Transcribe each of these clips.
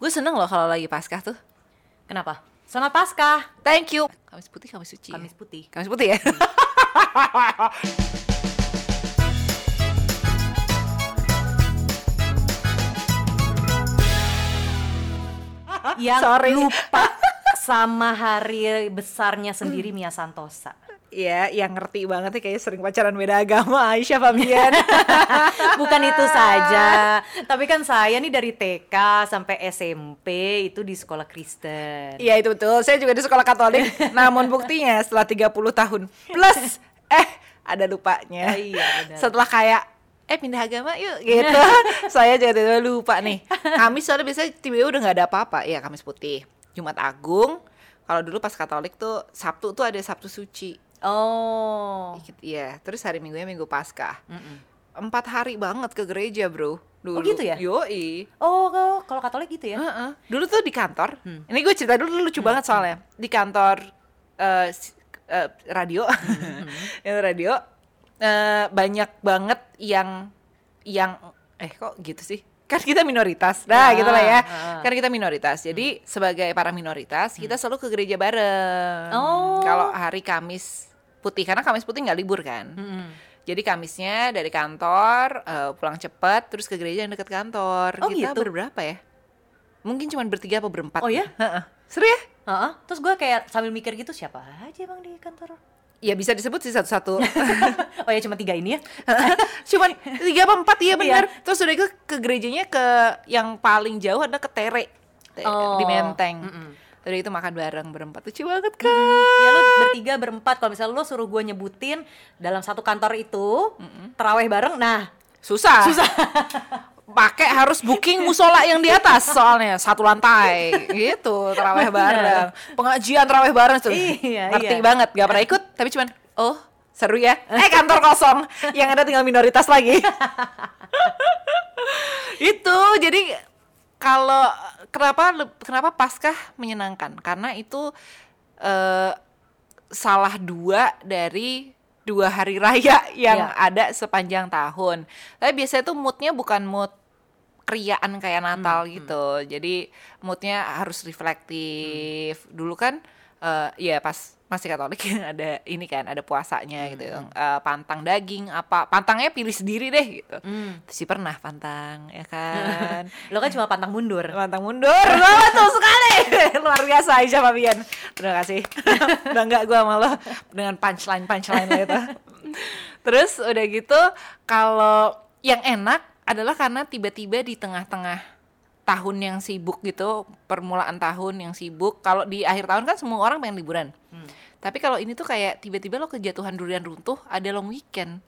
Gue seneng loh kalau lagi Paskah tuh. Kenapa? Selamat Paskah. Thank you. Kamis putih, Kamis suci. Kamis putih. Kamis putih ya. Yang Sorry. lupa sama hari besarnya sendiri Mia Santosa. Iya, yang ngerti banget nih kayaknya sering pacaran beda agama, Aisyah Fabian. Bukan itu saja, tapi kan saya nih dari TK sampai SMP itu di sekolah Kristen. Iya itu betul, saya juga di sekolah Katolik. Namun buktinya setelah 30 tahun plus ada lupanya. Iya, benar. Setelah kayak pindah agama yuk gitu. Saya jadi lupa nih. Kamis soalnya biasanya tiba-tiba udah gak ada apa-apa. Iya, Kamis putih, Jumat Agung. Kalau dulu pas Katolik tuh Sabtu tuh ada Sabtu suci. Oh. Iya, terus hari Minggunya Minggu Paskah. 4 hari banget ke gereja, bro. Dulu. Oh gitu ya? Yoi. Oh, kalau Katolik gitu ya? Dulu tuh di kantor. Ini gue cerita dulu lucu banget soalnya. Di kantor radio, yang radio banyak banget yang kok gitu sih? Kan kita minoritas. Nah, gitu lah ya. Kan kita minoritas. Jadi sebagai para minoritas, kita selalu ke gereja bareng. Oh. Kalau hari Kamis putih, karena Kamis putih nggak libur kan. Jadi Kamisnya dari kantor pulang cepat, terus ke gereja yang dekat kantor. Oh, Kita gitu? berberapa ya? Mungkin cuma bertiga apa berempat. Oh ya? Seru ya? Terus gue kayak sambil mikir gitu, siapa aja bang di kantor? Ya bisa disebut sih satu-satu. Oh ya, cuma 3 ini ya? Cuman 3 apa 4, iya benar. Iya. Terus udah itu ke gerejanya ke yang paling jauh ada ke Tere. Oh. Di Menteng. Udah itu makan bareng berempat. Lucu banget kan? Ya lo bertiga, berempat. Kalau misalnya lo suruh gue nyebutin dalam satu kantor itu terawih bareng, nah Susah. Pakai harus booking musola yang di atas soalnya satu lantai gitu, terawih bareng, pengajian terawih bareng tuh. Iya, ngerti iya. banget, gak pernah ikut tapi cuman seru ya, kantor kosong yang ada tinggal minoritas lagi. Itu jadi kalau kenapa Paskah menyenangkan, karena itu salah 2 dari 2 hari raya yang ada sepanjang tahun. Tapi biasanya tuh moodnya bukan mood kriaan kayak Natal gitu. Jadi moodnya harus reflektif. Dulu kan ya pas masih Katolik ada ini kan, ada puasanya gitu. Pantang daging apa, pantangnya pilih sendiri deh gitu. Terus sih pernah pantang ya kan. lo kan cuma pantang mundur. Pantang mundur. Betul sekali. Luar biasa Aisyah Fabian. Terima kasih. Bangga gue sama lo dengan punchline lo itu. Terus udah gitu, kalau yang enak adalah karena tiba-tiba di tengah-tengah tahun yang sibuk gitu, permulaan tahun yang sibuk. Kalau di akhir tahun kan semua orang pengen liburan. Tapi kalau ini tuh kayak tiba-tiba lo kejatuhan durian runtuh, ada long weekend.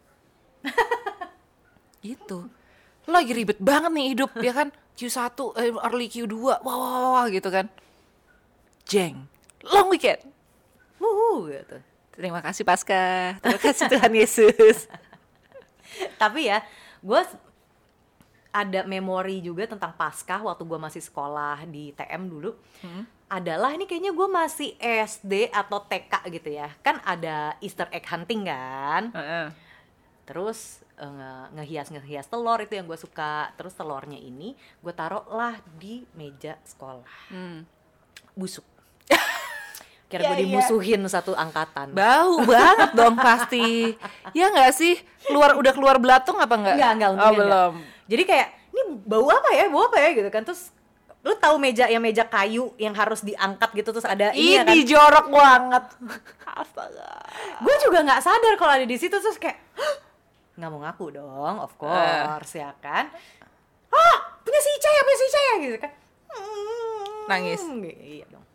Gitu. Lo lagi ribet banget nih hidup, ya kan? Q1, early Q2, wah gitu kan. Jeng, long weekend. Gitu. Terima kasih Paskah, terima kasih Tuhan Yesus. Tapi ya, gue ada memori juga tentang Paskah waktu gue masih sekolah di TM dulu. Adalah ini kayaknya gue masih SD atau TK gitu ya. Kan ada Easter egg hunting kan. Terus ngehias telur itu yang gue suka. Terus telurnya ini gue taruh lah di meja sekolah. Busuk. Kira gue dimusuhin satu angkatan. Bau banget dong pasti. Ya nggak sih? Udah keluar belatung apa nggak? Enggak, oh, belum. Jadi kayak ini bau apa ya gitu kan. Terus lu tahu meja kayu yang harus diangkat gitu, terus ada ini kan. Ini jorok banget. Astaga. Gue juga nggak sadar kalau ada di situ, terus kayak nggak mau ngaku dong, of course ya kan. Punya si Icaya gitu kan. Nangis. Iya dong.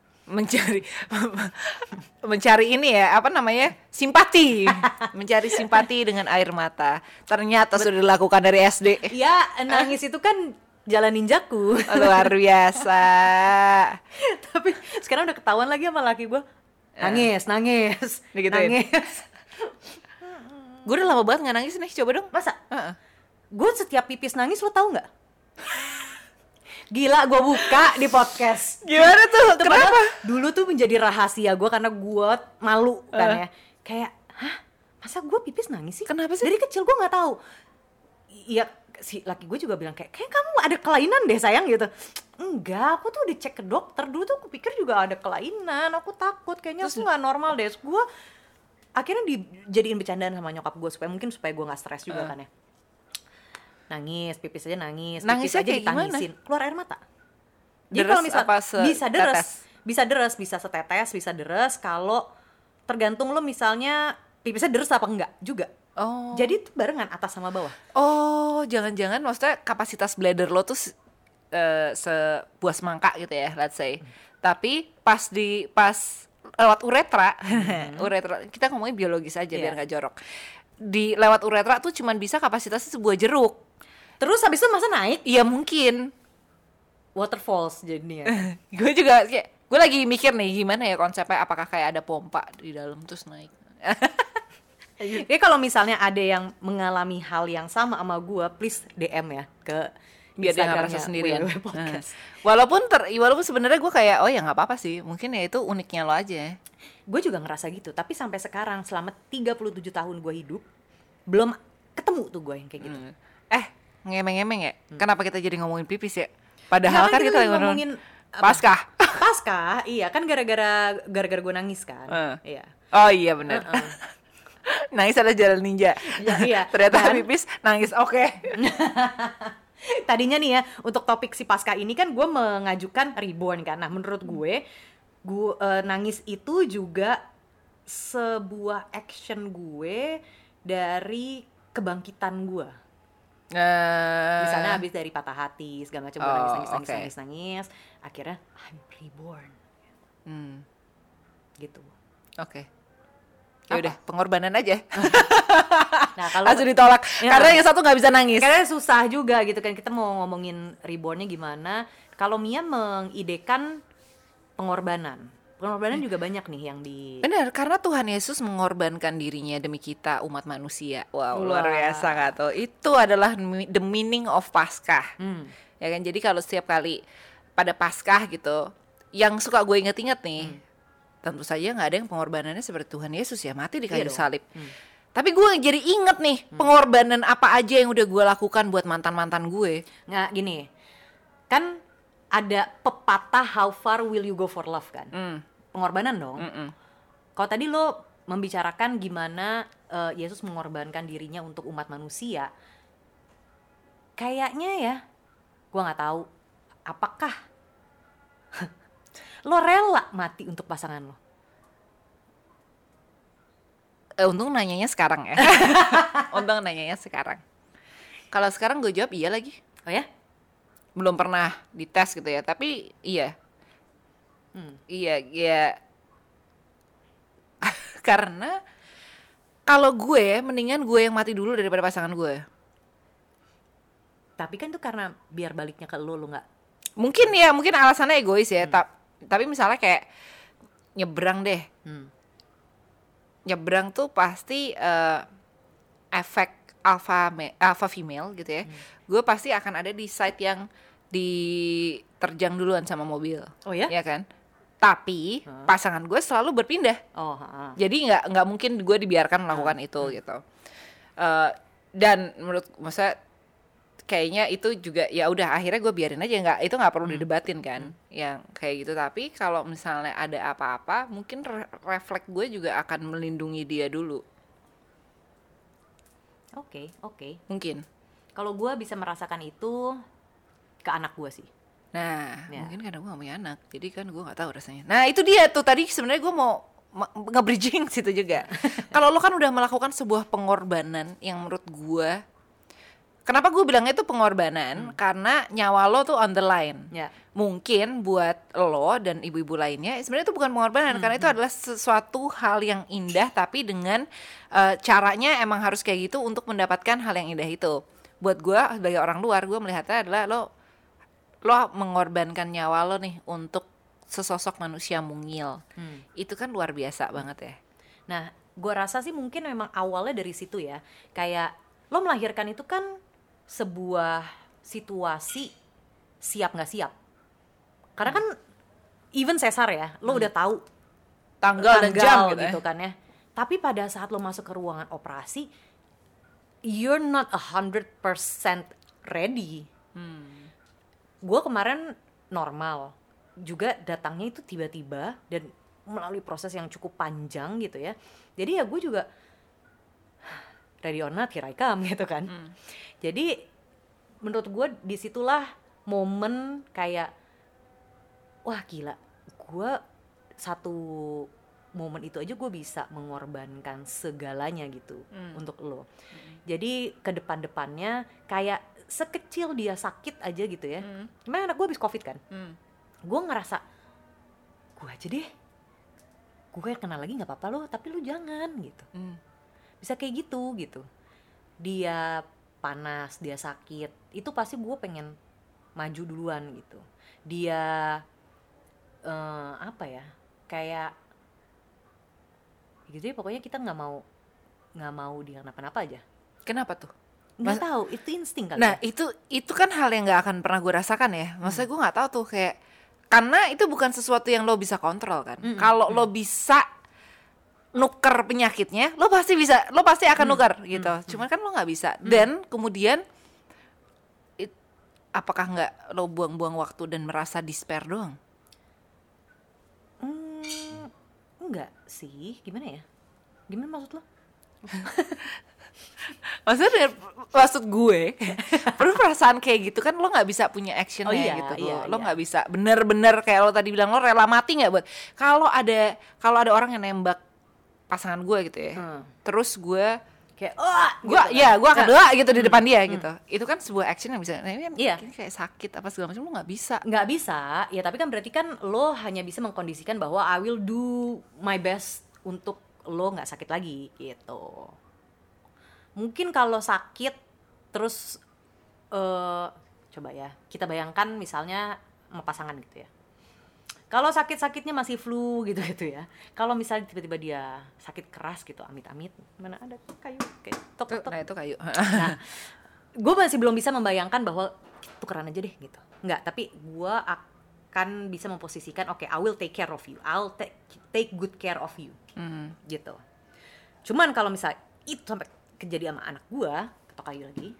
Mencari ini ya, apa namanya, simpati. Mencari simpati dengan air mata. Ternyata sudah dilakukan dari SD. Ya, nangis itu kan jalan ninjaku. Luar biasa. Tapi sekarang udah ketahuan lagi sama laki gue. Nangis. Digituin. Gue udah lama banget gak nangis nih, coba dong. Masa? Gue setiap pipis nangis, lo tahu nggak? Gila, gue buka di podcast. Gimana tuh? Kenapa? Kenapa? Dulu tuh menjadi rahasia gue karena gue malu kan ya. Kayak, masa gue pipis nangis sih? Kenapa sih? Dari kecil gue nggak tahu. Iya, si laki gue juga bilang kayak kamu ada kelainan deh sayang gitu. Enggak, aku tuh udah cek ke dokter. Dulu tuh aku pikir juga ada kelainan. Aku takut, kayaknya aku nggak normal deh. Gue akhirnya dijadiin bercandaan sama nyokap gue supaya gue nggak stres juga kan ya. Nangis, pipis aja nangis. Nangisnya pipis aja kayak gimana? ditangisin. Keluar air mata. Jadi Deres kalau misal apa bisa deres, setetes? bisa deres, bisa setetes, bisa deres. Kalau tergantung lo misalnya pipisnya deres apa enggak juga. Oh. Jadi itu barengan atas sama bawah. Oh, jangan-jangan maksudnya kapasitas bladder lo tuh sebuah semangka gitu ya, let's say. Tapi pas lewat uretra, uretra kita ngomongin biologis aja biar nggak jorok. Di lewat uretra tuh cuman bisa kapasitasnya sebuah jeruk. Terus habis itu masa naik Iya mungkin. waterfalls jadinya. Gue juga kayak gue lagi mikir nih gimana ya konsepnya, apakah kayak ada pompa di dalam terus naik. Jadi kalau misalnya ada yang mengalami hal yang sama gue, please DM ya ke Biar dia nggak Instagramnya merasa sendirian. WWW Podcast. Walaupun sebenarnya gue kayak oh ya nggak apa-apa sih, mungkin ya itu uniknya lo aja. Gue juga ngerasa gitu, tapi sampai sekarang selama 37 tahun gue hidup belum ketemu tuh gue yang kayak gitu. Ngemeng-ngemeng ya. Kenapa kita jadi ngomongin pipis ya? Padahal kan kita ngomongin Paskah. Paskah, iya kan gara-gara gue nangis kan. Iya. Oh iya benar. Nangis adalah jalan ninja. Iya. Ternyata pipis nangis. Oke. Tadinya nih ya, untuk topik si Paskah ini kan gue mengajukan reborn kan. Nah menurut gue nangis itu juga sebuah action gue dari kebangkitan gue. Misalnya habis dari patah hati segala macam, gue nangis, akhirnya I'm reborn. Gitu. Oke. Ya udah, pengorbanan aja. Nah, kalau langsung ditolak karena yang satu nggak bisa nangis. Karena susah juga gitu kan, kita mau ngomongin rebornnya gimana. Kalau Mia mengidekan pengorbanan juga banyak nih yang di. Benar, karena Tuhan Yesus mengorbankan dirinya demi kita umat manusia. Wow, luar biasa nggak tuh? Itu adalah the meaning of Paskah. Ya kan, jadi kalau setiap kali pada Paskah gitu, yang suka gue inget-inget nih, tentu saja nggak ada yang pengorbanannya seperti Tuhan Yesus ya, mati di kayu salib. Tapi gue jadi inget nih pengorbanan apa aja yang udah gue lakukan buat mantan-mantan gue. Nggak gini, kan ada pepatah how far will you go for love kan? Pengorbanan dong. Kalau tadi lo membicarakan gimana Yesus mengorbankan dirinya untuk umat manusia, kayaknya ya, gue nggak tahu apakah lo rela mati untuk pasangan lo. Untung nanyanya sekarang ya. Untung nanyanya sekarang. Kalau sekarang gue jawab iya lagi. Oh ya? Belum pernah dites gitu ya, tapi iya. Iya. Karena kalau gue mendingan gue yang mati dulu daripada pasangan gue. Tapi kan tuh karena biar baliknya ke lo nggak. Mungkin alasannya egois ya. Tapi misalnya kayak nyebrang deh. Nyebrang tuh pasti efek alpha female gitu ya. Gue pasti akan ada di side yang diterjang duluan sama mobil. Oh ya? Ya kan? Tapi pasangan gue selalu berpindah. Jadi nggak mungkin gue dibiarkan melakukan itu gitu. Dan maksudnya kayaknya itu juga ya udah akhirnya gue biarin aja, itu nggak perlu didebatin kan, yang kayak gitu. Tapi kalau misalnya ada apa-apa, mungkin refleks gue juga akan melindungi dia dulu. Oke. Mungkin. Kalau gue bisa merasakan itu ke anak gue sih. Nah, mungkin karena gue gak punya anak, jadi kan gue gak tahu rasanya. Nah itu dia tuh tadi sebenarnya gue mau nge-bridging situ juga. Kalau lo kan udah melakukan sebuah pengorbanan yang menurut gue, kenapa gue bilangnya itu pengorbanan? Karena nyawa lo tuh on the line. Mungkin buat lo dan ibu-ibu lainnya sebenarnya itu bukan pengorbanan, karena itu adalah sesuatu hal yang indah, tapi dengan caranya emang harus kayak gitu untuk mendapatkan hal yang indah itu. Buat gue sebagai orang luar, gue melihatnya adalah lo mengorbankan nyawa lo nih untuk sesosok manusia mungil. Itu kan luar biasa banget ya. Nah, gue rasa sih mungkin memang awalnya dari situ ya. Kayak lo melahirkan itu kan sebuah situasi siap gak siap. Karena kan even sesar ya, lo udah tahu tanggal dan jam gitu kan ya. Tapi pada saat lo masuk ke ruangan operasi, you're not 100% ready. Gue kemarin normal. Juga datangnya itu tiba-tiba dan melalui proses yang cukup panjang gitu ya. Jadi ya gue juga ready or not, here I come gitu kan. Jadi menurut gue disitulah momen kayak wah gila, gue satu momen itu aja gue bisa mengorbankan segalanya gitu untuk lo. Jadi ke depan-depannya kayak sekecil dia sakit aja gitu ya. Kemarin anak gue habis COVID kan. Gue ngerasa gue aja deh, gue kenal lagi nggak apa-apa lo, tapi lo jangan gitu. Bisa kayak gitu. Dia panas, dia sakit, itu pasti gue pengen maju duluan gitu. Dia apa ya, kayak gitu ya, pokoknya kita nggak mau dia kenapa-napa aja. Kenapa tuh? Nggak tahu, itu insting kali. Nah itu kan hal yang nggak akan pernah gue rasakan ya. Maksudnya gue nggak tahu tuh, kayak karena itu bukan sesuatu yang lo bisa kontrol kan. Kalau lo bisa nuker penyakitnya, lo pasti akan nuker gitu. Cuman kan lo nggak bisa. Dan kemudian apakah nggak lo buang-buang waktu dan merasa despair doang? Enggak sih, gimana ya? Gimana maksud lo? Maksud gue perasaan kayak gitu kan lo nggak bisa punya actionnya gitu. Lo nggak bisa bener-bener kayak lo tadi bilang, lo rela mati nggak buat kalau ada orang yang nembak pasangan gue gitu ya. Terus gue kayak gue akan doa gitu di depan dia gitu. Itu kan sebuah action yang bisa. Nah, ini kayak sakit apa segala macam, lo nggak bisa ya. Tapi kan berarti kan lo hanya bisa mengkondisikan bahwa I will do my best untuk lo nggak sakit lagi gitu. Mungkin kalau sakit terus coba ya kita bayangkan misalnya sama pasangan gitu ya. Kalau sakit-sakitnya masih flu gitu ya. Kalau misalnya tiba-tiba dia sakit keras gitu, amit-amit, mana ada kayu kayak tok. Nah itu kayu. Nah, gue masih belum bisa membayangkan bahwa tukeran aja deh gitu. Enggak, tapi gue akan bisa memposisikan I will take care of you. I'll take good care of you. Gitu. Cuman kalau misalnya itu sampai kejadian sama anak gue, ketok kayu lagi.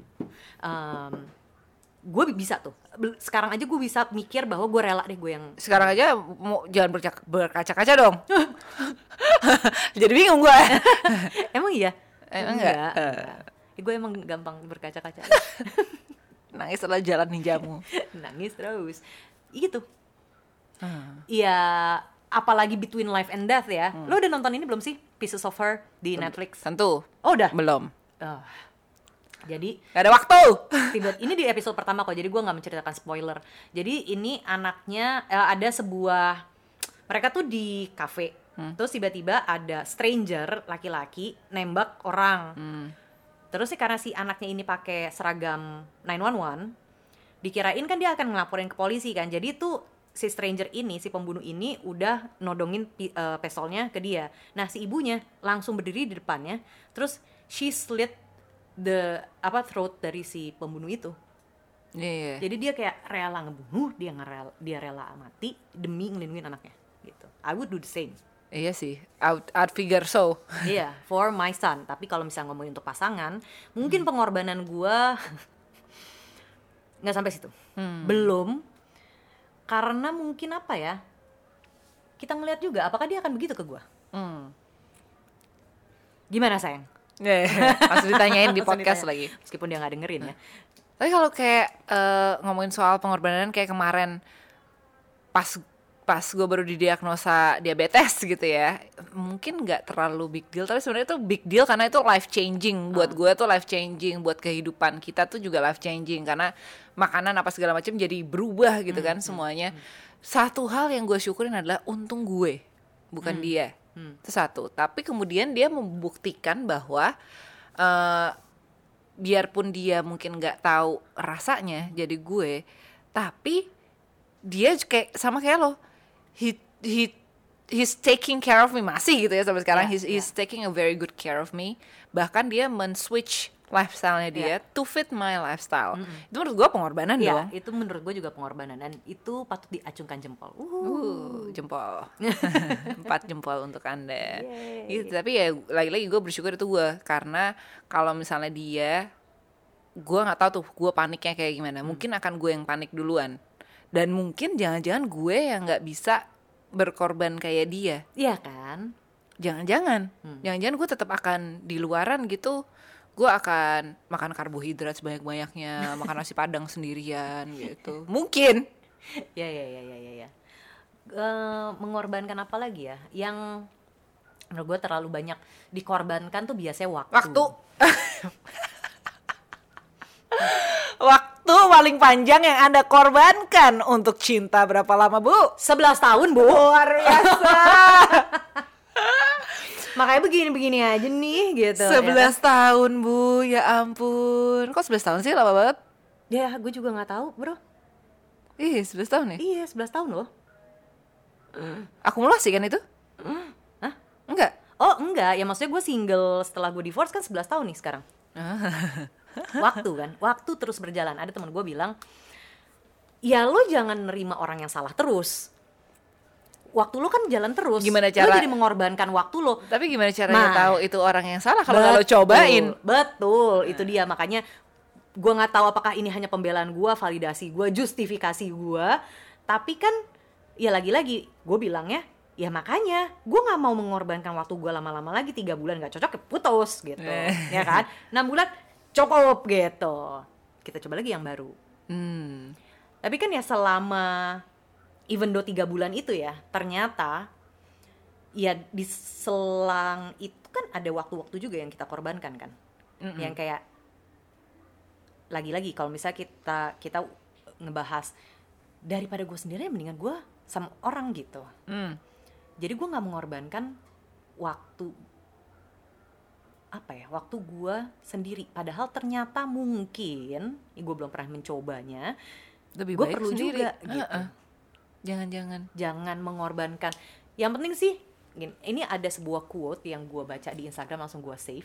Gue bisa tuh sekarang aja gue bisa mikir bahwa gue rela deh, gue yang sekarang aja jangan berkaca-kaca dong. Jadi bingung gue. Emang iya? Enggak. Gue emang gampang berkaca-kaca. Nangis setelah jalan ninjamu. Nangis terus gitu. Iya, apalagi Between Life and Death ya. Lo udah nonton ini belum sih, Pieces of Her di Netflix? Tentu. Oh udah? Belum. Jadi gak ada waktu. Ini di episode pertama kok, jadi gue nggak menceritakan spoiler. Jadi ini anaknya ada sebuah, mereka tuh di cafe, terus tiba-tiba ada stranger laki-laki nembak orang. Terus sih karena si anaknya ini pakai seragam 911, dikirain kan dia akan ngelaporin ke polisi kan. Jadi tuh si stranger ini, si pembunuh ini udah nodongin pistolnya ke dia. Nah si ibunya langsung berdiri di depannya, terus she slit throat dari si pembunuh itu. Jadi dia kayak rela ngebunuh, dia rela mati demi ngelindungin anaknya gitu. I would do the same. Iya sih, I'd figure so. Iya, for my son. Tapi kalau misalnya ngomongin untuk pasangan, mungkin pengorbanan gue nggak sampai situ. Belum, karena mungkin apa ya? Kita ngeliat juga, apakah dia akan begitu ke gue? Gimana sayang? Langsung ditanyain di podcast lagi. Meskipun dia nggak dengerin ya. Tapi kalau kayak ngomongin soal pengorbanan, kayak kemarin pas gue baru didiagnosa diabetes gitu ya, mungkin nggak terlalu big deal, tapi sebenarnya itu big deal karena itu life changing buat gue, tuh life changing buat kehidupan kita tuh juga life changing karena makanan apa segala macam jadi berubah gitu kan semuanya. Satu hal yang gue syukurin adalah untung gue bukan dia. Itu satu. Tapi kemudian dia membuktikan bahwa biarpun dia mungkin nggak tahu rasanya jadi gue, tapi dia kayak sama kayak lo, he's taking care of me masih gitu ya sampai sekarang. He's taking a very good care of me. Bahkan dia men-switch lifestyle-nya dia to fit my lifestyle. Itu menurut gue pengorbanan dong. Itu menurut gue juga pengorbanan, dan itu patut diacungkan jempol. Jempol. 4 jempol untuk Anda. Gitu, tapi ya lagi-lagi gue bersyukur itu gue, karena kalau misalnya dia, gue nggak tahu tuh gue paniknya kayak gimana. Mungkin akan gue yang panik duluan. Dan mungkin jangan-jangan gue yang nggak bisa berkorban kayak dia. Iya kan? Jangan-jangan gue tetap akan di luaran gitu. Gue akan makan karbohidrat sebanyak-banyaknya, makan nasi padang sendirian gitu. Mungkin. Ya. Mengorbankan apa lagi ya? Yang menurut gue terlalu banyak dikorbankan tuh biasanya waktu. Waktu paling panjang yang Anda korbankan untuk cinta berapa lama, Bu? 11 tahun, Bu. Luar biasa. Makanya begini-begini aja nih gitu. 11 tahun, Bu. Ya ampun. Kok 11 tahun sih, lama banget? Ya, gue juga gak tahu, bro. Ih, 11 tahun nih? Iya, 11 tahun loh. Akumulasi kan itu? Hah? Enggak? Oh, enggak. Ya maksudnya gue single setelah gue divorce kan 11 tahun nih sekarang. Waktu terus berjalan. Ada teman gue bilang, ya lo jangan nerima orang yang salah terus. Waktu lo kan jalan terus. Gimana cara? Lo jadi mengorbankan waktu lo. Tapi gimana caranya tahu itu orang yang salah kalau nggak lo cobain? Betul, itu dia. Makanya gue nggak tahu apakah ini hanya pembelaan gue, validasi gue, justifikasi gue. Tapi kan, ya lagi-lagi gue bilangnya, ya makanya gue nggak mau mengorbankan waktu gue lama-lama lagi. 3 bulan nggak cocok, ya putus gitu, ya kan? 6 bulan cukup gitu. Kita coba lagi yang baru. Tapi kan ya selama even though 3 bulan itu ya, ternyata ya di selang itu kan ada waktu-waktu juga yang kita korbankan kan. Yang kayak lagi-lagi kalau misalnya kita ngebahas daripada gue sendiri, mendingan gue sama orang gitu. Jadi gue nggak mengorbankan waktu waktu gue sendiri. Padahal ternyata mungkin, gue belum pernah mencobanya. Lebih gue baik perlu sendiri. juga gitu. Jangan mengorbankan. Yang penting sih, ini ada sebuah quote yang gue baca di Instagram, langsung gue save.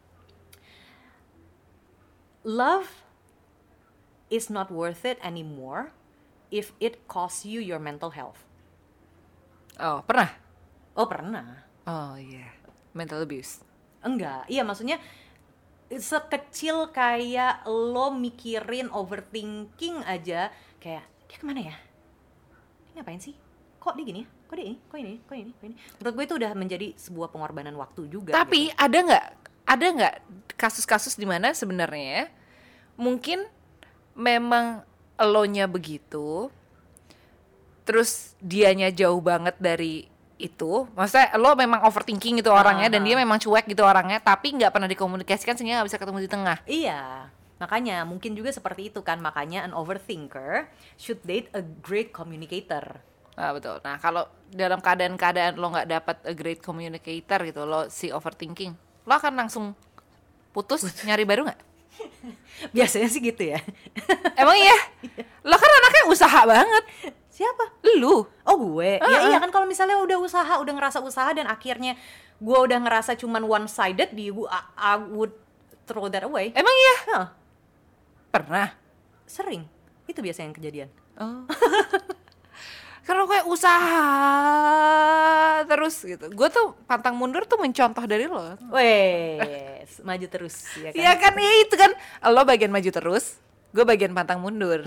Love is not worth it anymore if it costs you your mental health. Oh, pernah? Oh, pernah. Oh iya, mental abuse. Enggak, iya maksudnya sekecil kayak lo mikirin, overthinking aja, kayak dia kemana ya? Dia ngapain sih? Kok dia gini ya? Kok dia ini? Kok ini? Menurut gue itu udah menjadi sebuah pengorbanan waktu juga. Tapi gitu. ada nggak kasus-kasus di mana sebenarnya mungkin memang elonya begitu, terus dianya jauh banget dari itu, maksudnya lo memang overthinking gitu orangnya, dan dia memang cuek gitu orangnya, tapi nggak pernah dikomunikasikan sehingga nggak bisa ketemu di tengah. Iya, makanya mungkin juga seperti itu kan, makanya an overthinker should date a great communicator. Betul. Nah, kalau dalam keadaan lo nggak dapat a great communicator gitu, lo si overthinking, lo akan langsung putus. Nyari baru nggak? Biasanya sih gitu ya. Emang iya? Lo kan anaknya usaha banget. Siapa? Lu. Oh, gue. Ya iya kan, kalau misalnya udah ngerasa usaha dan akhirnya gue udah ngerasa cuman one sided, I would throw that away. Emang iya? Huh. Pernah. Sering. Itu biasanya yang kejadian. Oh. Karena kayak usaha terus gitu. Gue tuh pantang mundur tuh mencontoh dari lo. Wes, maju terus ya kan. Iya kan, itu kan lo bagian maju terus, gue bagian pantang mundur.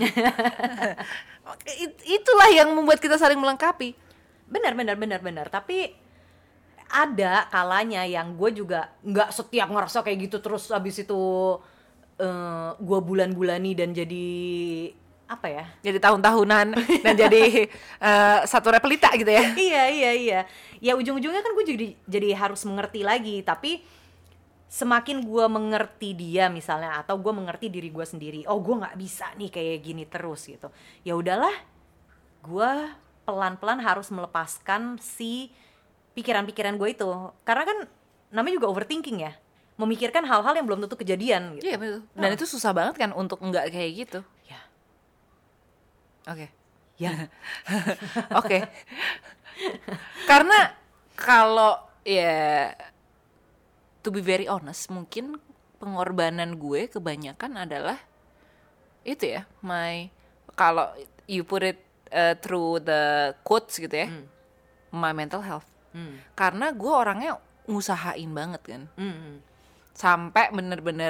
Itulah yang membuat kita saling melengkapi. Benar. Tapi ada kalanya yang gue juga nggak setiap ngerasa kayak gitu terus abis itu gue bulan-bulani dan jadi apa ya? Jadi tahun-tahunan dan jadi satu repelita gitu ya. Iya. Ya ujung-ujungnya kan gue jadi harus mengerti lagi. Tapi semakin gue mengerti dia misalnya, atau gue mengerti diri gue sendiri, oh gue nggak bisa nih kayak gini terus gitu. Ya udahlah, gue pelan-pelan harus melepaskan si pikiran-pikiran gue itu. Karena kan namanya juga overthinking ya, memikirkan hal-hal yang belum tentu kejadian gitu. Iya betul. Dan itu susah banget kan untuk nggak kayak gitu. Ya. Oke. Ya. Oke. Karena kalau ya, to be very honest, mungkin pengorbanan gue kebanyakan adalah itu ya, kalau you put it through the quotes gitu ya, my mental health. Karena gue orangnya ngusahain banget kan, sampai bener-bener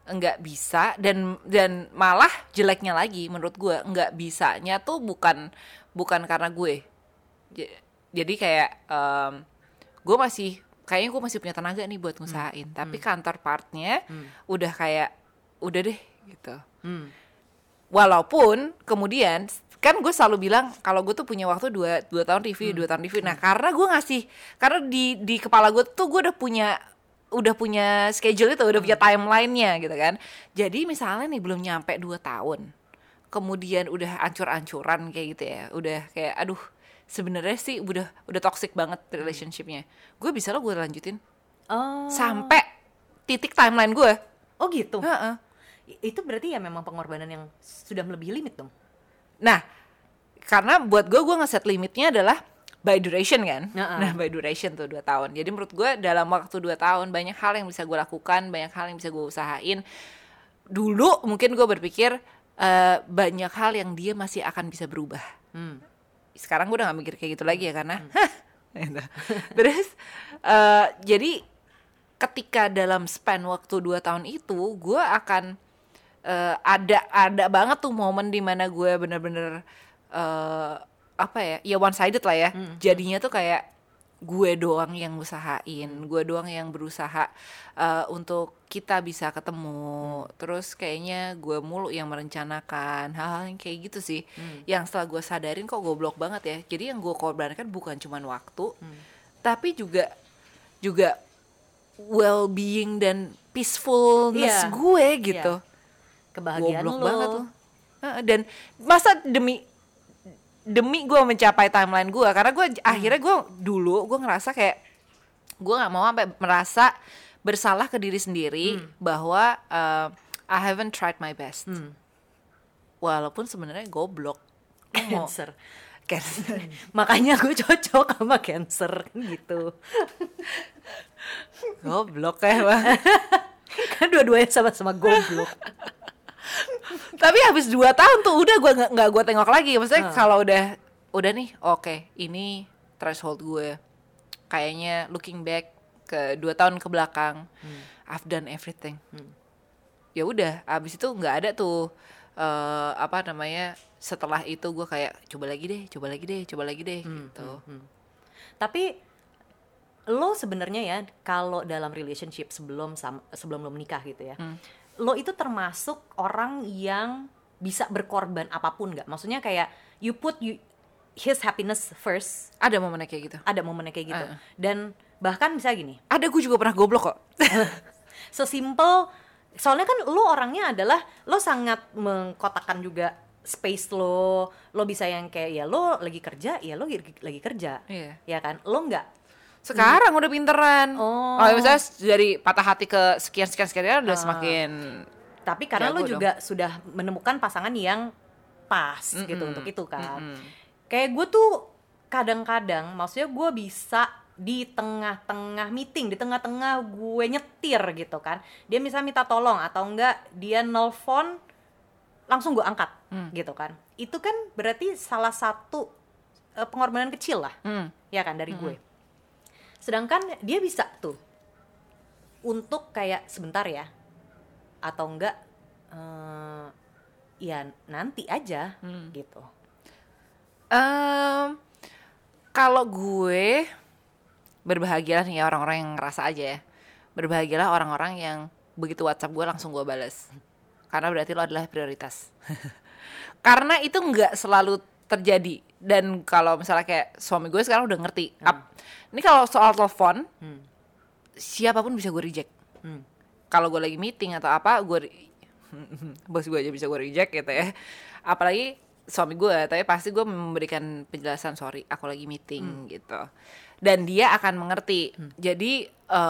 nggak bisa, dan malah jeleknya lagi menurut gue, nggak bisanya tuh bukan karena gue. Jadi kayak gue kayaknya gue masih punya tenaga nih buat ngusahain, tapi counterpartnya udah kayak udah deh gitu. Walaupun kemudian kan gue selalu bilang kalau gue tuh punya waktu 2 tahun review, 2 tahun review. Nah, karena di kepala gue tuh gue udah punya schedule itu, udah punya timeline-nya gitu kan. Jadi misalnya nih belum nyampe 2 tahun. Kemudian udah ancur-ancuran kayak gitu ya. Udah kayak aduh, sebenarnya sih udah toxic banget relationship-nya. Gue bisa gue lanjutin. Sampai titik timeline gue. Oh gitu. Heeh. Itu berarti ya memang pengorbanan yang sudah melebihi limit dong. Nah, karena buat gue ngeset limitnya adalah by duration kan. Nah, by duration tuh 2 tahun. Jadi menurut gue dalam waktu 2 tahun banyak hal yang bisa gue lakukan, banyak hal yang bisa gue usahain. Dulu mungkin gue berpikir banyak hal yang dia masih akan bisa berubah. Sekarang gue udah gak mikir kayak gitu lagi ya, karena terus jadi ketika dalam span waktu 2 tahun itu gue akan ada banget tuh momen dimana gue bener-bener ya one sided lah ya. Jadinya tuh kayak gue doang yang usahain, gue doang yang berusaha untuk kita bisa ketemu. Terus kayaknya gue mulu yang merencanakan hal-hal yang kayak gitu sih. Yang setelah gue sadarin kok goblok banget ya. Jadi yang gue korbankan bukan cuma waktu, tapi juga well-being dan peacefulness gue gitu. Kebahagiaan goblok lo banget tuh. Dan masa demi gue mencapai timeline gue, karena gue akhirnya gue ngerasa kayak gue nggak mau sampai merasa bersalah ke diri sendiri bahwa I haven't tried my best. Walaupun sebenarnya goblok. Cancer. Makanya gue cocok sama Cancer gitu. Goblok ya bang. Kan dua-duanya sama-sama goblok. Tapi habis 2 tahun tuh udah gue nggak gue tengok lagi. Maksudnya kalau udah nih, oke, ini threshold gue. Kayaknya looking back ke 2 tahun ke belakang, I've done everything. Ya udah, abis itu nggak ada tuh setelah itu gue kayak coba lagi deh gitu. Tapi lo sebenarnya ya kalau dalam relationship sebelum lo menikah gitu ya, lo itu termasuk orang yang bisa berkorban apapun nggak? Maksudnya kayak you put his happiness first. Ada momennya kayak gitu. Ada momennya kayak gitu. Dan bahkan bisa gini. Ada, gue juga pernah goblok kok. Sesimpel, soalnya kan lo orangnya adalah lo sangat mengkotakkan juga space lo bisa yang kayak ya lo lagi kerja, ya lo lagi kerja, ya kan? Lo nggak. Sekarang udah pinteran. Misalnya dari patah hati ke sekian udah semakin. Tapi karena lo juga sudah menemukan pasangan yang pas gitu untuk itu kan. Kayak gue tuh kadang-kadang, maksudnya gue bisa di tengah-tengah meeting, di tengah-tengah gue nyetir gitu kan, dia misalnya minta tolong atau enggak dia nelpon, langsung gue angkat gitu kan. Itu kan berarti salah satu pengorbanan kecil lah, ya kan, dari gue. Sedangkan dia bisa tuh untuk kayak sebentar ya, atau enggak ya nanti aja gitu. Kalau gue berbahagialah nih orang-orang yang ngerasa aja ya. Berbahagialah orang-orang yang begitu WhatsApp gue langsung gue balas. Karena berarti lo adalah prioritas. Karena itu nggak selalu terjadi. Dan kalau misalnya kayak suami gue sekarang udah ngerti. Ini kalau soal telepon, siapapun bisa gue reject. Kalau gue lagi meeting atau apa, bos gue aja bisa gue reject gitu ya. Apalagi suami gue, tapi pasti gue memberikan penjelasan, sorry, aku lagi meeting gitu. Dan dia akan mengerti. Jadi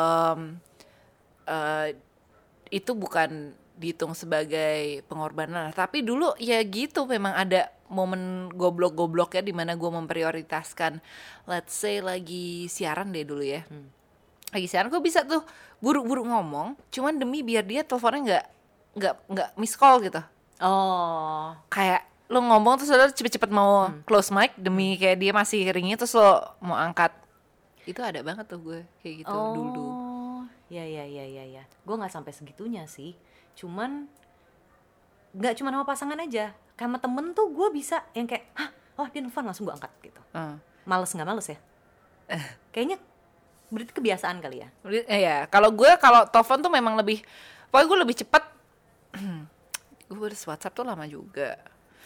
itu bukan dihitung sebagai pengorbanan, tapi dulu ya gitu, memang ada momen goblok-gobloknya di mana gue memprioritaskan, let's say lagi siaran deh dulu ya, lagi siaran gue bisa tuh buru-buru ngomong, cuman demi biar dia teleponnya nggak miss call gitu. Kayak lo ngomong terus lo cepet-cepet mau close mic demi kayak dia masih ringnya terus lo mau angkat. Itu ada banget tuh gue kayak gitu dulu. Ya. Gue nggak sampai segitunya sih. Cuman nggak cuma sama pasangan aja, sama temen tuh gue bisa yang kayak, oh dia nelfon langsung gue angkat gitu. Males nggak males ya? Kayaknya berarti kebiasaan kali ya. Iya, kalau telepon tuh memang pokoknya gue lebih cepat. Gue baru WhatsApp tuh lama juga.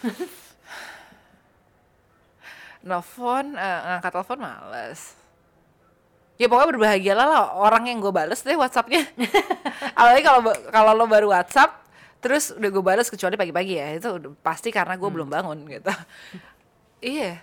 Ngangkat telepon males. Ya pokoknya berbahagialah lah orang yang gue bales deh WhatsAppnya. Apalagi kalau lo baru WhatsApp terus udah gue bales, kecuali pagi-pagi ya, itu udah pasti karena gue belum bangun gitu. Iya.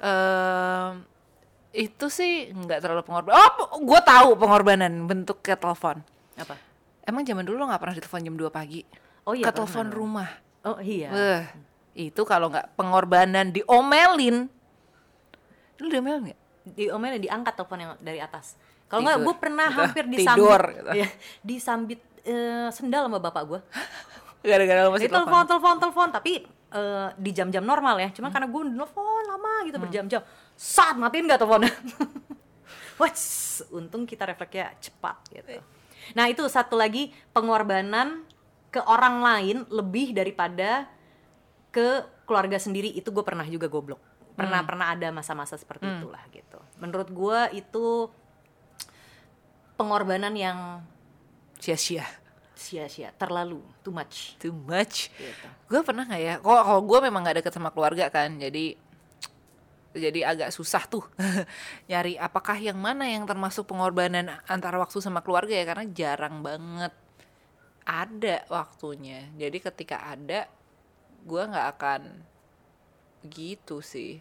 Itu sih nggak terlalu pengorbanan. Oh, gue tahu pengorbanan bentuk ke telepon. Apa? Emang zaman dulu lo nggak pernah ditelepon jam 2 pagi? Oh iya. Ke telepon rumah. Oh iya. Itu kalau nggak pengorbanan diomelin. Lu diomelin nggak? Diomelin, diangkat telepon yang dari atas. Kalau nggak, gue pernah hampir tidur, disambit. gitu. Ya, disambit sendal sama bapak gue. Gara-gara lo masih telepon, tapi di jam-jam normal ya. Cuma karena gue nelfon lama gitu berjam-jam. Saat matiin nggak teleponnya. Wah, untung kita refleksnya cepat gitu. Nah itu satu lagi, pengorbanan ke orang lain lebih daripada ke keluarga sendiri. Itu gue pernah juga goblok. Pernah ada masa-masa seperti itulah gitu. Menurut gue itu pengorbanan yang sia-sia, terlalu too much gitu. Gue pernah nggak ya, kalau gue memang nggak deket sama keluarga kan, jadi agak susah tuh nyari apakah yang mana yang termasuk pengorbanan antara waktu sama keluarga ya, karena jarang banget ada waktunya. Jadi ketika ada, gue nggak akan gitu sih.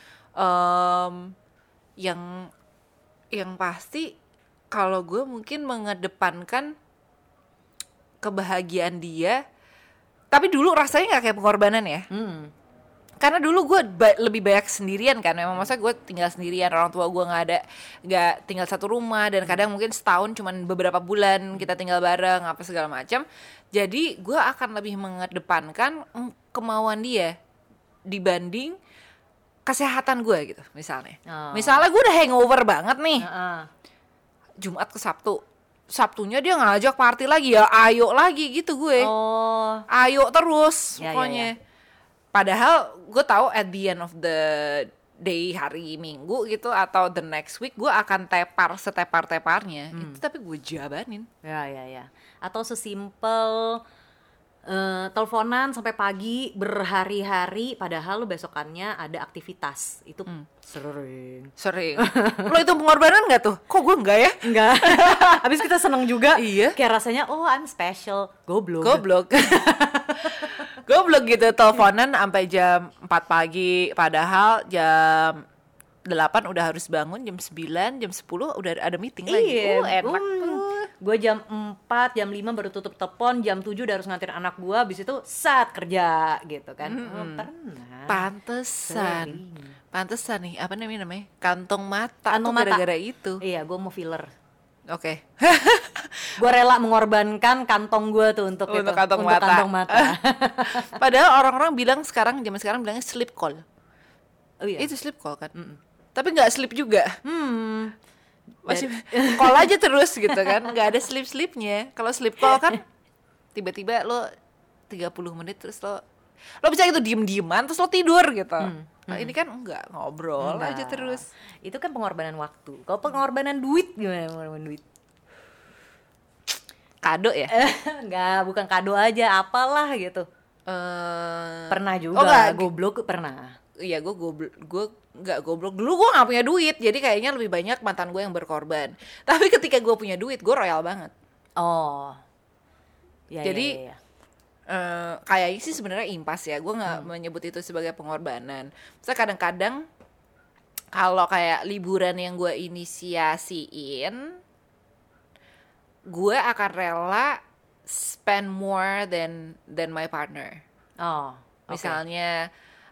Yang pasti kalau gue mungkin mengedepankan kebahagiaan dia, tapi dulu rasanya nggak kayak pengorbanan ya. Karena dulu gue lebih banyak sendirian kan, memang masa gue tinggal sendirian, orang tua gue nggak tinggal satu rumah, dan kadang mungkin setahun cuman beberapa bulan kita tinggal bareng apa segala macam. Jadi gue akan lebih mengedepankan kemauan dia dibanding kesehatan gue gitu misalnya. Misalnya gue udah hangover banget nih, Jumat ke Sabtunya dia ngajak party lagi, ya ayo lagi gitu gue. Ayo terus pokoknya. Padahal gue tahu at the end of the day, hari Minggu gitu atau the next week gue akan setepar-teparnya itu, tapi gue jabanin. Ya. Atau sesimpel teleponan sampai pagi berhari-hari, padahal lu besokannya ada aktivitas. Itu sering. Lo itu pengorbanan nggak tuh? Kok gue enggak ya? Enggak. Habis kita seneng juga. Iya. Kayak rasanya I'm special. Goblok. Goblok gitu, teleponan sampai jam 4 pagi, padahal jam 8 udah harus bangun, jam 9, jam 10 udah ada meeting lagi. Enak tuh. Gue jam 4, jam 5 baru tutup telepon, jam 7 udah harus nganterin anak gue, habis itu saat kerja gitu kan. Pernah. Pantesan nih, apa namanya? Kantong mata tuh gara-gara itu. Iya, gue mau filler. Oke. Gue rela mengorbankan kantong gue tuh untuk kantong mata. Padahal orang-orang zaman sekarang bilangnya sleep call. Oh iya. Itu sleep call kan? Tapi nggak sleep juga. Masih call aja terus gitu kan, nggak ada sleep-sleepnya. Kalau sleep call kan tiba-tiba lo 30 menit terus lo bisa gitu diem-dieman terus lo tidur gitu. Nah, ini kan enggak, ngobrol aja terus. Itu kan pengorbanan waktu. Kalau pengorbanan duit gimana? Pengorbanan duit kado ya? Enggak, bukan kado aja, apalah gitu. Pernah juga goblok, pernah. Iya, gue nggak goblok. Dulu gue nggak punya duit, jadi kayaknya lebih banyak mantan gue yang berkorban. Tapi ketika gue punya duit, gue royal banget. Jadi kayaknya sih sebenarnya impas ya. Gue nggak menyebut itu sebagai pengorbanan. Misalnya kadang-kadang kalau kayak liburan yang gue inisiasiin, gue akan rela spend more than my partner. Misalnya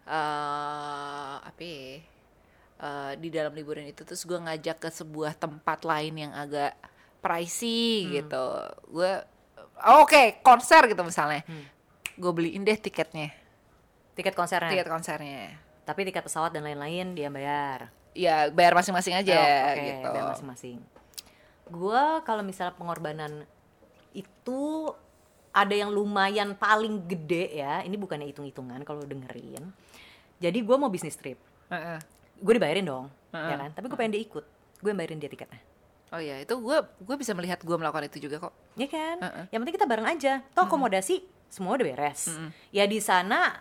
di dalam liburan itu terus gue ngajak ke sebuah tempat lain yang agak pricey gitu. Gue konser gitu misalnya. Gue beliin deh tiket konsernya. Tapi tiket pesawat dan lain-lain dia bayar. Ya bayar masing-masing aja gitu. Bayar masing-masing. Gue kalau misalnya pengorbanan itu ada yang lumayan paling gede ya, ini bukannya hitung-hitungan kalau dengerin. Jadi gue mau bisnis trip, gue dibayarin dong, ya kan? Tapi gue pengen dia ikut, gue yang bayarin dia tiketnya. Oh iya, itu gue bisa melihat gue melakukan itu juga kok. Ya kan? Yang penting kita bareng aja. Toh akomodasi semua udah beres. Ya di sana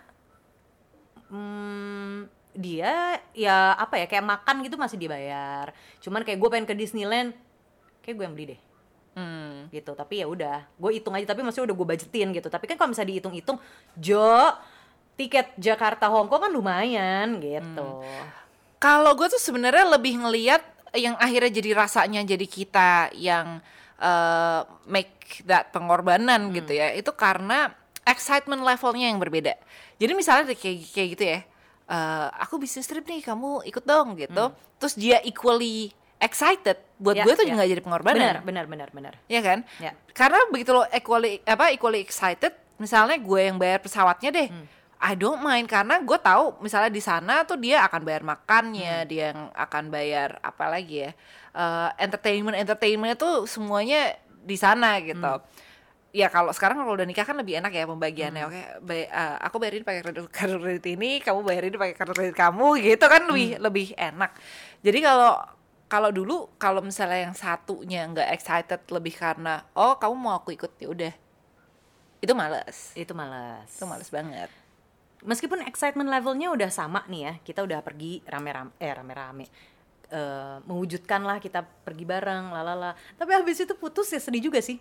dia ya apa ya, kayak makan gitu masih dibayar. Cuman kayak gue pengen ke Disneyland, kayak gue yang beli deh. Gitu. Tapi ya udah, gue hitung aja, tapi maksudnya udah gue budgetin gitu. Tapi kan kalau misalnya dihitung-hitung, tiket Jakarta Hong Kong kan lumayan gitu. Kalau gue tuh sebenarnya lebih ngelihat yang akhirnya jadi rasanya jadi kita yang make that pengorbanan gitu ya, itu karena excitement levelnya yang berbeda. Jadi misalnya kayak gitu ya, aku bisnis trip nih, kamu ikut dong gitu. Terus dia equally excited, buat gue tuh nggak jadi pengorbanan. Benar. Ya kan? Ya. Karena begitu lo equally excited, misalnya gue yang bayar pesawatnya deh, I don't mind, karena gue tahu misalnya di sana tuh dia akan bayar makannya, dia yang akan bayar apa lagi ya, entertainment tuh semuanya di sana gitu. Ya kalau sekarang kalau udah nikah kan lebih enak ya pembagiannya. Oke, aku bayarin pakai kartu kredit ini, kamu bayarin pakai kartu kredit kamu gitu kan, lebih enak. Jadi kalau dulu kalau misalnya yang satunya nggak excited lebih karena kamu mau aku ikut, ya udah, itu males banget. Meskipun excitement levelnya udah sama nih ya, kita udah pergi rame-rame, mewujudkan lah kita pergi bareng, lalala. Tapi habis itu putus ya sedih juga sih.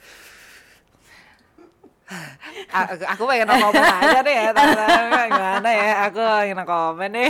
Aku pengen komen aja deh ya, gimana ya, aku pengen komen deh.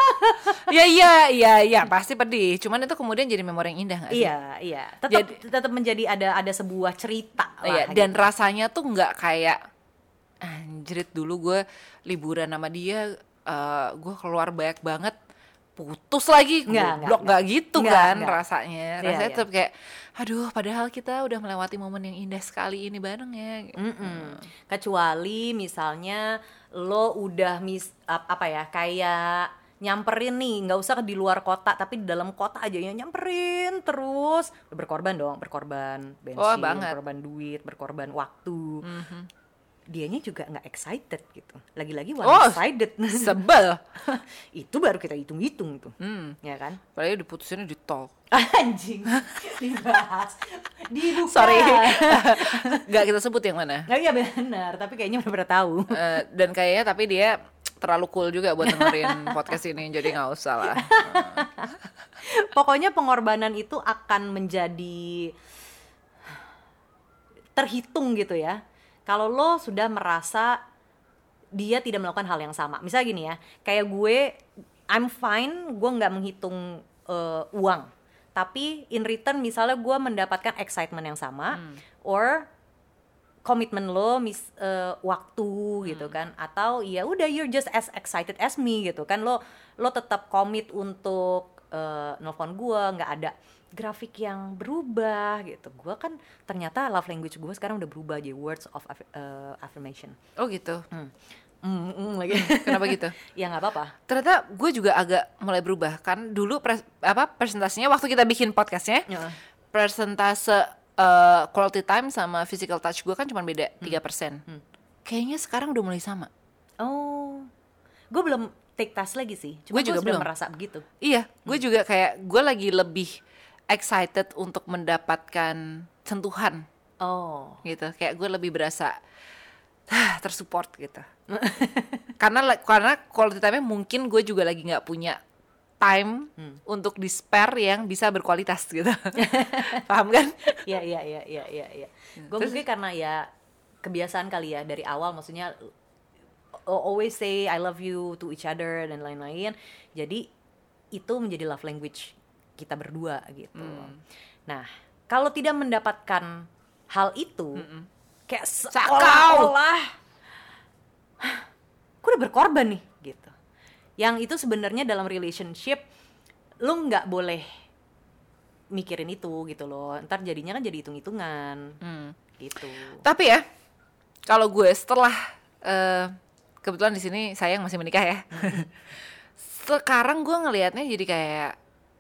Iya, pasti pedih. Cuman itu kemudian jadi memori yang indah nggak sih? Iya. Tetap menjadi ada sebuah cerita lah. Iya, dan gitu. Rasanya tuh nggak kayak anjrit dulu gue liburan sama dia, gue keluar banyak banget, putus lagi, goblok, nggak gitu kan rasanya. Rasanya tetap kayak, aduh, padahal kita udah melewati momen yang indah sekali ini bareng ya. Kecuali misalnya lo udah kayak nyamperin nih, nggak usah di luar kota, tapi di dalam kota aja ya nyamperin terus, berkorban bensin, berkorban duit, berkorban waktu. Dianya juga nggak excited gitu, lagi-lagi one-sided. Sebel. Itu baru kita hitung-hitung tuh, ya kan? Padahal diputusinnya di tol. Anjing, dibahas, dibuka. Sorry, nggak kita sebut yang mana. Iya benar, tapi kayaknya udah pernah tahu. Dan kayaknya tapi dia terlalu cool juga buat dengerin podcast ini, jadi nggak usah lah. Pokoknya pengorbanan itu akan menjadi terhitung gitu ya. Kalau lo sudah merasa dia tidak melakukan hal yang sama. Misalnya gini ya, kayak gue, I'm fine, gue nggak menghitung uang. Tapi in return misalnya gue mendapatkan excitement yang sama, or komitmen lo waktu gitu kan, atau ya udah you're just as excited as me gitu kan, lo tetap komit untuk nelfon gue, nggak ada grafik yang berubah gitu. Gue kan ternyata love language gue sekarang udah berubah jadi words of affirmation. Oh gitu. Lagi. Kenapa gitu? Ya nggak apa-apa. Ternyata gue juga agak mulai berubah kan. Dulu presentasinya waktu kita bikin podcastnya, persentase quality time sama physical touch gue kan cuma beda 3%. Kayaknya sekarang udah mulai sama. Oh, gue belum take task lagi sih. Cuma gue juga belum merasa begitu. Iya, gue juga kayak gue lagi lebih excited untuk mendapatkan sentuhan. Oh, gitu. Kayak gue lebih berasa tersupport gitu. karena quality time-nya mungkin gue juga lagi nggak punya time untuk di spare yang bisa berkualitas gitu. Paham kan? Iya. Gue mungkin karena ya kebiasaan kali ya dari awal, maksudnya always say I love you to each other dan lain-lain. Jadi itu menjadi love language kita berdua gitu. Nah, kalau tidak mendapatkan hal itu, kayak seolah-olah gue udah berkorban nih gitu. Yang itu sebenarnya dalam relationship lu nggak boleh mikirin itu gitu loh. Ntar jadinya kan jadi hitung-hitungan gitu. Tapi ya kalau gue setelah kebetulan di sini sayang masih menikah ya. Sekarang gue ngelihatnya jadi kayak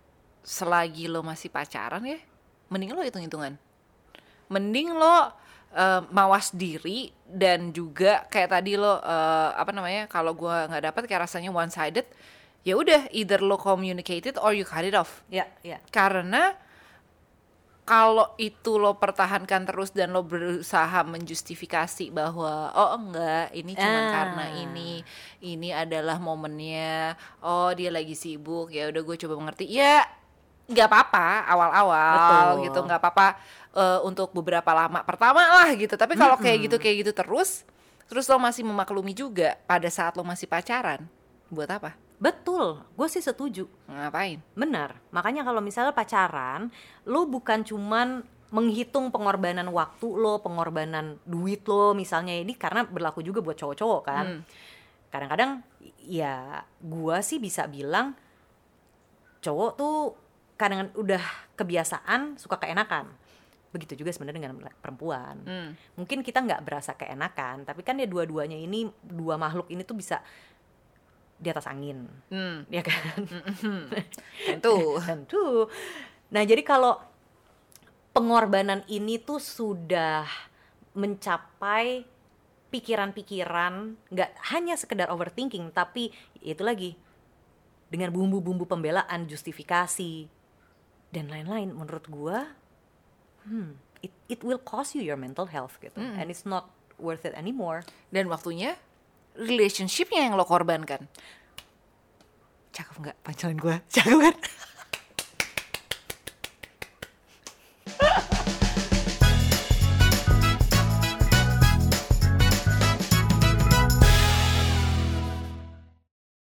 selagi lo masih pacaran ya, mending lo hitung-hitungan. Mending lo mawas diri, dan juga kayak tadi lo kalau gue nggak dapat kayak rasanya one sided, ya udah either lo communicate it or you cut it off. Ya, ya. Karena kalau itu lo pertahankan terus dan lo berusaha menjustifikasi bahwa oh enggak, ini cuma karena ini adalah momennya, oh dia lagi sibuk, ya udah gue coba mengerti, ya nggak apa-apa awal-awal. Betul. Gitu, nggak apa-apa untuk beberapa lama pertama lah gitu. Tapi kalau kayak gitu terus lo masih memaklumi juga pada saat lo masih pacaran, buat apa? Betul, gue sih setuju. Ngapain? Benar, makanya kalau misalnya pacaran, lo bukan cuman menghitung pengorbanan waktu lo, pengorbanan duit lo misalnya, ini karena berlaku juga buat cowok-cowok kan. Kadang-kadang ya gue sih bisa bilang cowok tuh kadang udah kebiasaan suka keenakan. Begitu juga sebenarnya dengan perempuan. Mungkin kita nggak berasa keenakan, tapi kan ya dua-duanya ini, dua makhluk ini tuh bisa di atas angin, ya kan? Tentu. Nah, jadi kalau pengorbanan ini tuh sudah mencapai pikiran-pikiran, nggak hanya sekedar overthinking, tapi itu lagi dengan bumbu-bumbu pembelaan, justifikasi dan lain-lain, menurut gua, it will cost you your mental health gitu, and it's not worth it anymore. Dan waktunya relationship-nya yang lo korbankan. Cakep nggak pancelan gue? Cakep kan?